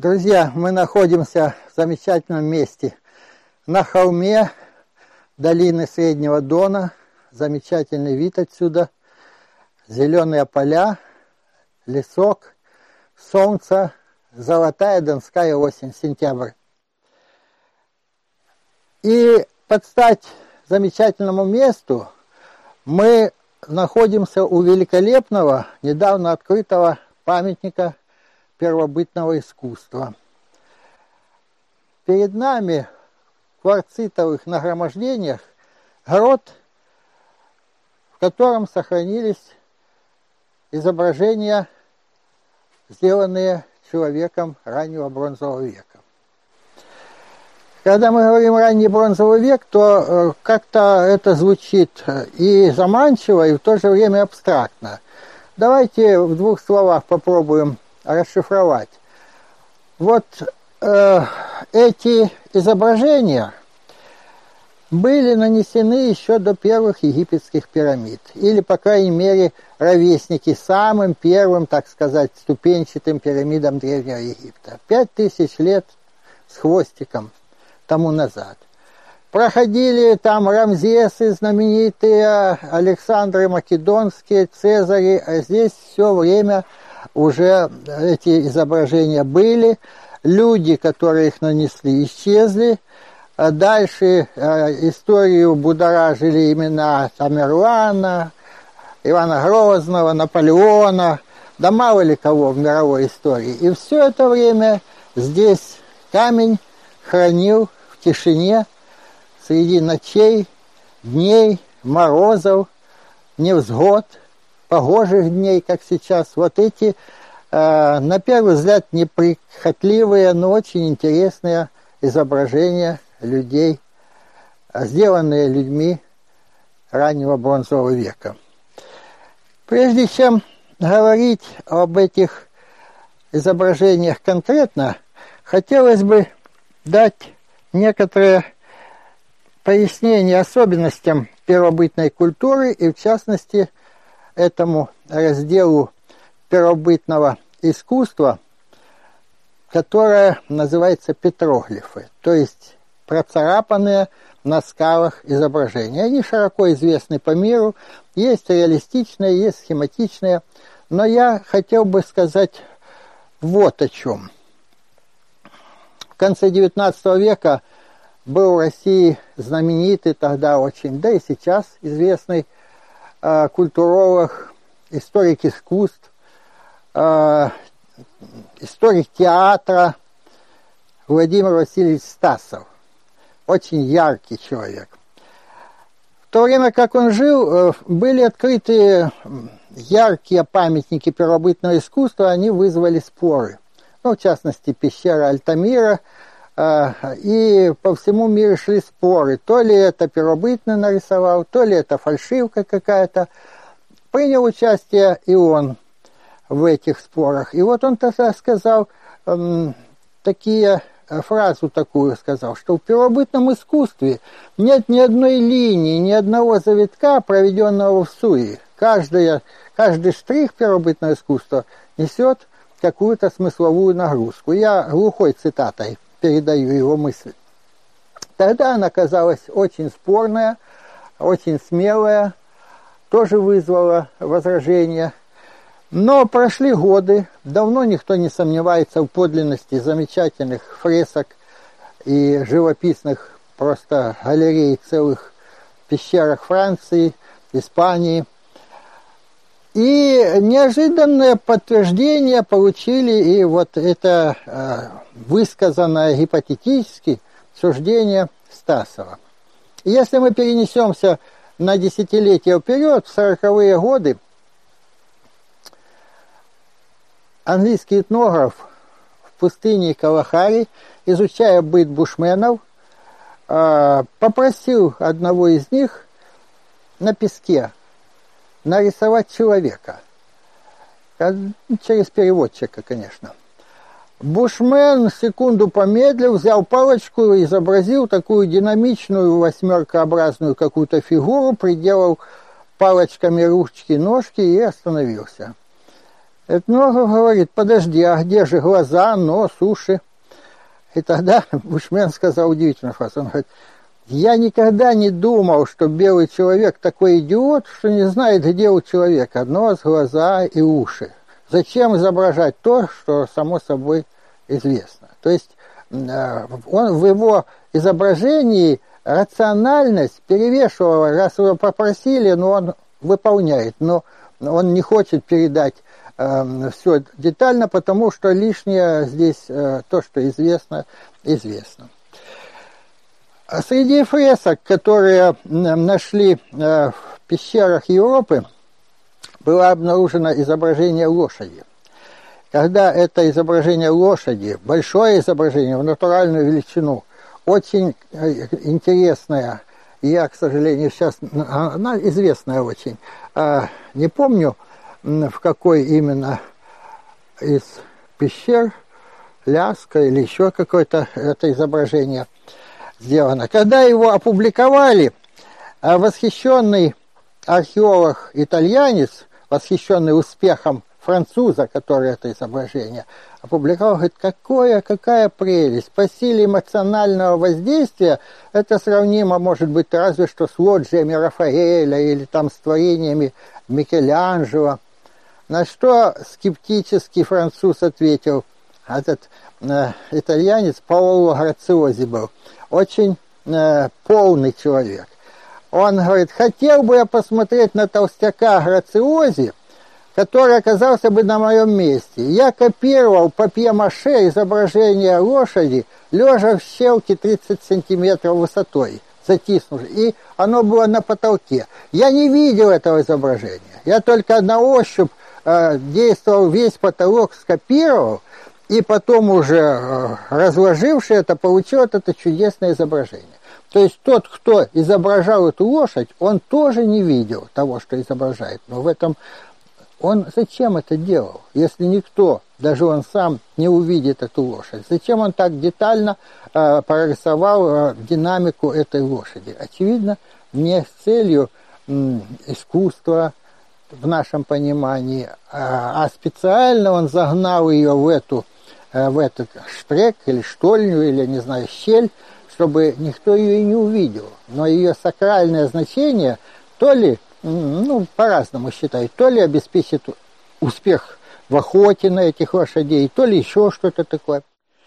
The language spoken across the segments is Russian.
Друзья, мы находимся в замечательном месте на холме долины Среднего Дона. Замечательный вид отсюда. Зеленые поля, лесок, солнце, золотая донская осень, сентябрь. И под стать замечательному месту мы находимся у великолепного, недавно открытого памятника первобытного искусства. Перед нами в кварцитовых нагромождениях грот, в котором сохранились изображения, сделанные человеком раннего бронзового века. Когда мы говорим ранний бронзовый век, то как-то это звучит и заманчиво, и в то же время абстрактно. Давайте в двух словах попробуем расшифровать. Вот эти изображения были нанесены еще до первых египетских пирамид, или, по крайней мере, ровесники самым первым, так сказать, ступенчатым пирамидам Древнего Египта. 5000 лет с хвостиком тому назад. Проходили там Рамзесы знаменитые, Александры Македонские, Цезари, а здесь все время уже эти изображения были. Люди, которые их нанесли, исчезли. А дальше историю будоражили имена Тамерлана, Ивана Грозного, Наполеона, да мало ли кого в мировой истории. И все это время здесь камень хранил в тишине среди ночей, дней, морозов, невзгод, погожих дней, как сейчас. Вот эти, на первый взгляд, неприхотливые, но очень интересные изображения людей, сделанные людьми раннего бронзового века. Прежде чем говорить об этих изображениях конкретно, хотелось бы дать некоторые пояснения особенностям первобытной культуры и, в частности, этому разделу первобытного искусства, которое называется петроглифы, то есть процарапанные на скалах изображения. Они широко известны по миру, есть реалистичные, есть схематичные, но я хотел бы сказать вот о чем. В конце XIX века был в России знаменитый тогда очень, да и сейчас известный культуролог, историк искусств, историк театра Владимир Васильевич Стасов. Очень яркий человек. В то время, как он жил, были открыты яркие памятники первобытного искусства, они вызвали споры. Ну, в частности, пещера Альтамира, и по всему миру шли споры. То ли это первобытный нарисовал, то ли это фальшивка какая-то. Принял участие и он в этих спорах. И вот он тогда сказал фразу такую сказал, что в первобытном искусстве нет ни одной линии, ни одного завитка, проведенного в суе. Каждый штрих первобытного искусства несет какую-то смысловую нагрузку. Я глухой цитатой передаю его мысль. Тогда она казалась очень спорная, очень смелая, тоже вызвала возражения. Но прошли годы, давно никто не сомневается в подлинности замечательных фресок и живописных просто галерей целых пещерах Франции, Испании. И неожиданное подтверждение получили и вот это высказанное гипотетически суждение Стасова. И если мы перенесемся на десятилетия вперед, в 40-е годы, английский этнограф в пустыне Калахари, изучая быт бушменов, попросил одного из них на песке нарисовать человека. Через переводчика, конечно. Бушмен секунду помедлил, взял палочку и изобразил такую динамичную восьмеркообразную какую-то фигуру, приделал палочками ручки, ножки и остановился. Этнограф говорит: подожди, а где же глаза, нос, уши? И тогда Бушмен сказал удивительную фразу. Он говорит: я никогда не думал, что белый человек такой идиот, что не знает, где у человека нос, глаза и уши. Зачем изображать то, что само собой известно? То есть он в его изображении рациональность перевешивала, раз его попросили, но он выполняет, но он не хочет передать все детально, потому что лишнее здесь то, что известно, известно. Среди фресок, которые нашли в пещерах Европы, было обнаружено изображение лошади. Когда это изображение лошади, большое изображение в натуральную величину, очень интересное, я, к сожалению, сейчас, она известная очень, не помню, в какой именно из пещер, Ляска или еще какое-то это изображение сделано. Когда его опубликовали, восхищенный археолог-итальянец, восхищенный успехом француза, который это изображение опубликовал, говорит: какая прелесть! По силе эмоционального воздействия это сравнимо, может быть, разве что с лоджиями Рафаэля или там с творениями Микеланджело. На что скептический француз ответил, этот итальянец Паоло Грациози был, очень полный человек. Он говорит: хотел бы я посмотреть на толстяка Грациози, который оказался бы на моем месте. Я копировал папье-маше изображение лошади, лежа в щелке 30 сантиметров высотой, затиснувшись, и оно было на потолке. Я не видел этого изображения. Я только на ощупь действовал, весь потолок скопировал, и потом уже разложивши это, получил это чудесное изображение. То есть тот, кто изображал эту лошадь, он тоже не видел того, что изображает. Но в этом он зачем это делал, если никто, даже он сам, не увидит эту лошадь? Зачем он так детально прорисовал динамику этой лошади? Очевидно, не с целью искусства в нашем понимании, а специально он загнал ее в этот штрек или штольню, или, не знаю, щель, чтобы никто ее и не увидел. Но ее сакральное значение то ли, по-разному считают, то ли обеспечит успех в охоте на этих лошадей, то ли еще что-то такое.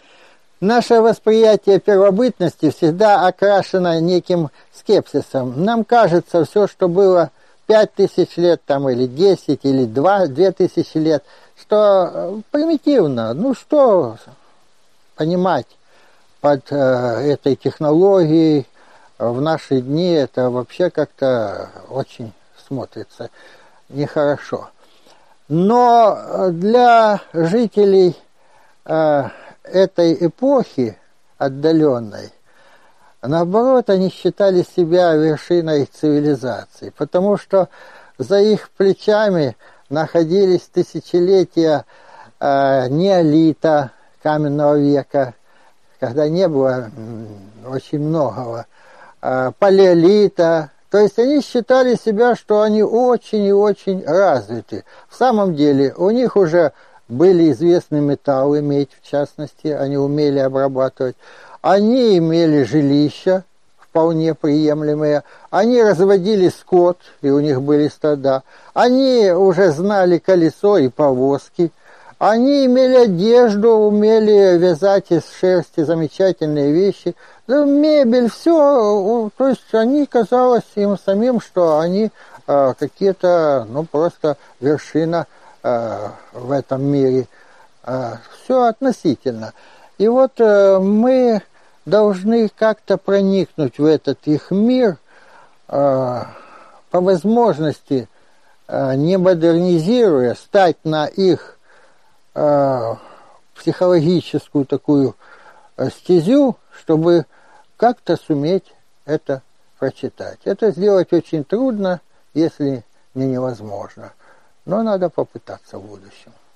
Наше восприятие первобытности всегда окрашено неким скепсисом. Нам кажется, все, что было 5000 лет там, или 10, или 2000 лет, что примитивно. Что понимать под этой технологией в наши дни, это вообще как-то очень смотрится нехорошо. Но для жителей этой эпохи отдаленной, наоборот, они считали себя вершиной цивилизации, потому что за их плечами находились тысячелетия неолита, каменного века, когда не было очень многого, палеолита. То есть они считали себя, что они очень и очень развиты. В самом деле у них уже были известны металлы, медь в частности, они умели обрабатывать. Они имели жилища вполне приемлемые, они разводили скот, и у них были стада. Они уже знали колесо и повозки. Они имели одежду, умели вязать из шерсти замечательные вещи, мебель, все. То есть они, казалось им самим, что они какие-то, просто вершина в этом мире. Все относительно. И вот мы должны как-то проникнуть в этот их мир, по возможности, не модернизируя, стать на их психологическую такую стезю, чтобы как-то суметь это прочитать. Это сделать очень трудно, если не невозможно. Но надо попытаться в будущем.